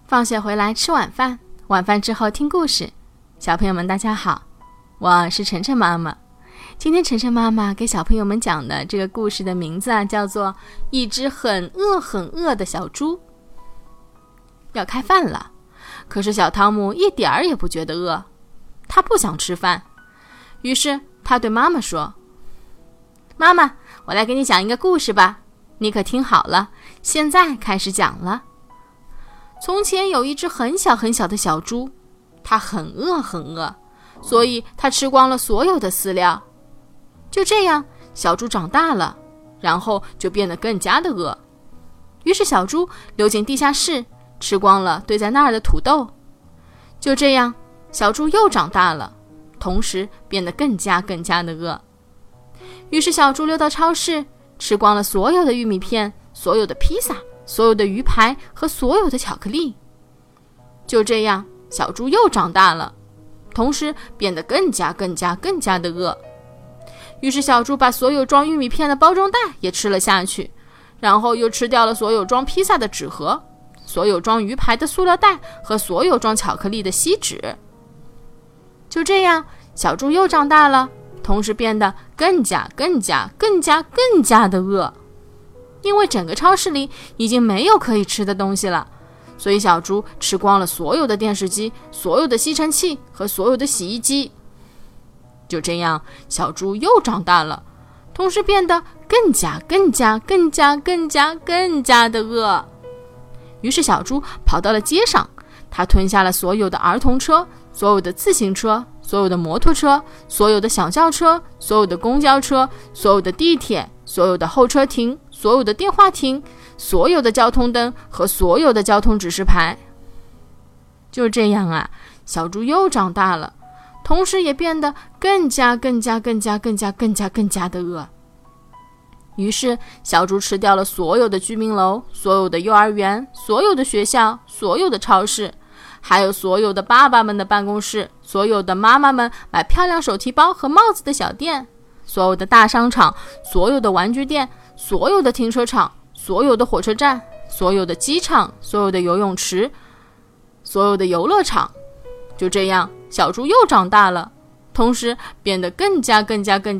放学回来吃晚饭，晚饭之后听故事。小朋友们大家好，我是晨晨妈妈。今天晨晨妈妈给小朋友们讲的这个故事的名字叫做一只很饿的小猪。要开饭了，可是小汤姆一点儿也不觉得饿，他不想吃饭。于是他对妈妈说，妈妈，我来给你讲一个故事吧，你可听好了，现在开始讲了。从前有一只很小的小猪，它很饿，所以它吃光了所有的饲料。就这样，小猪长大了，然后就变得更加的饿。于是小猪溜进地下室，吃光了堆在那儿的土豆。就这样，小猪又长大了，同时变得更加的饿。于是小猪溜到超市，吃光了所有的玉米片，所有的披萨，所有的鱼排和所有的巧克力。就这样，小猪又长大了，同时变得更加的饿。于是小猪把所有装玉米片的包装袋也吃了下去，然后又吃掉了所有装披萨的纸盒，所有装鱼排的塑料袋和所有装巧克力的锡纸。就这样，小猪又长大了，同时变得更加的饿。因为整个超市里已经没有可以吃的东西了，所以小猪吃光了所有的电视机，所有的吸尘器和所有的洗衣机。就这样，小猪又长大了，同时变得更加的饿。于是小猪跑到了街上，它吞下了所有的儿童车，所有的自行车，所有的摩托车，所有的小轿车，所有的公交车，所有的地铁，所有的候车亭，所有的电话亭，所有的交通灯和所有的交通指示牌。就这样啊，小猪又长大了，同时也变得更加的饿。于是小猪吃掉了所有的居民楼，所有的幼儿园，所有的学校，所有的超市，还有所有的爸爸们的办公室，所有的妈妈们买漂亮手提包和帽子的小店，所有的大商场，所有的玩具店，所有的停车场，所有的火车站，所有的机场，所有的游泳池，所有的游乐场。就这样，小猪又长大了，同时变得更加的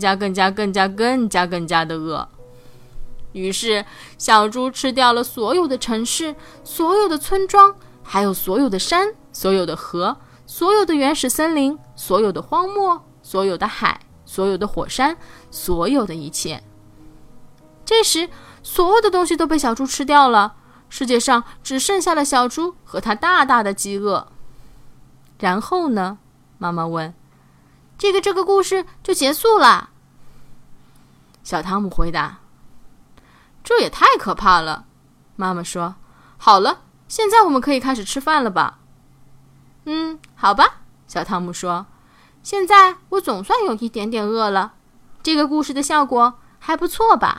饿。于是小猪吃掉了所有的城市，所有的村庄，还有所有的山，所有的河，所有的原始森林，所有的荒漠，所有的海，所有的火山，所有的一切。这时所有的东西都被小猪吃掉了，世界上只剩下了小猪和他大的饥饿。然后呢？妈妈问。这个故事就结束了。小汤姆回答。这也太可怕了，妈妈说。好了，现在我们可以开始吃饭了吧？好吧，小汤姆说。现在我总算有一点饿了，这个故事的效果还不错吧？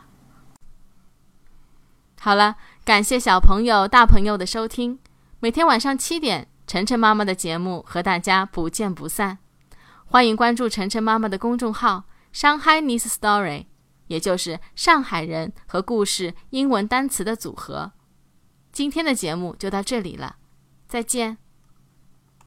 好了，感谢小朋友大朋友的收听，每天晚上7点，晨晨妈妈的节目和大家不见不散。欢迎关注晨晨妈妈的公众号 Shanghainese Story， 也就是上海人和故事英文单词的组合。今天的节目就到这里了，再见。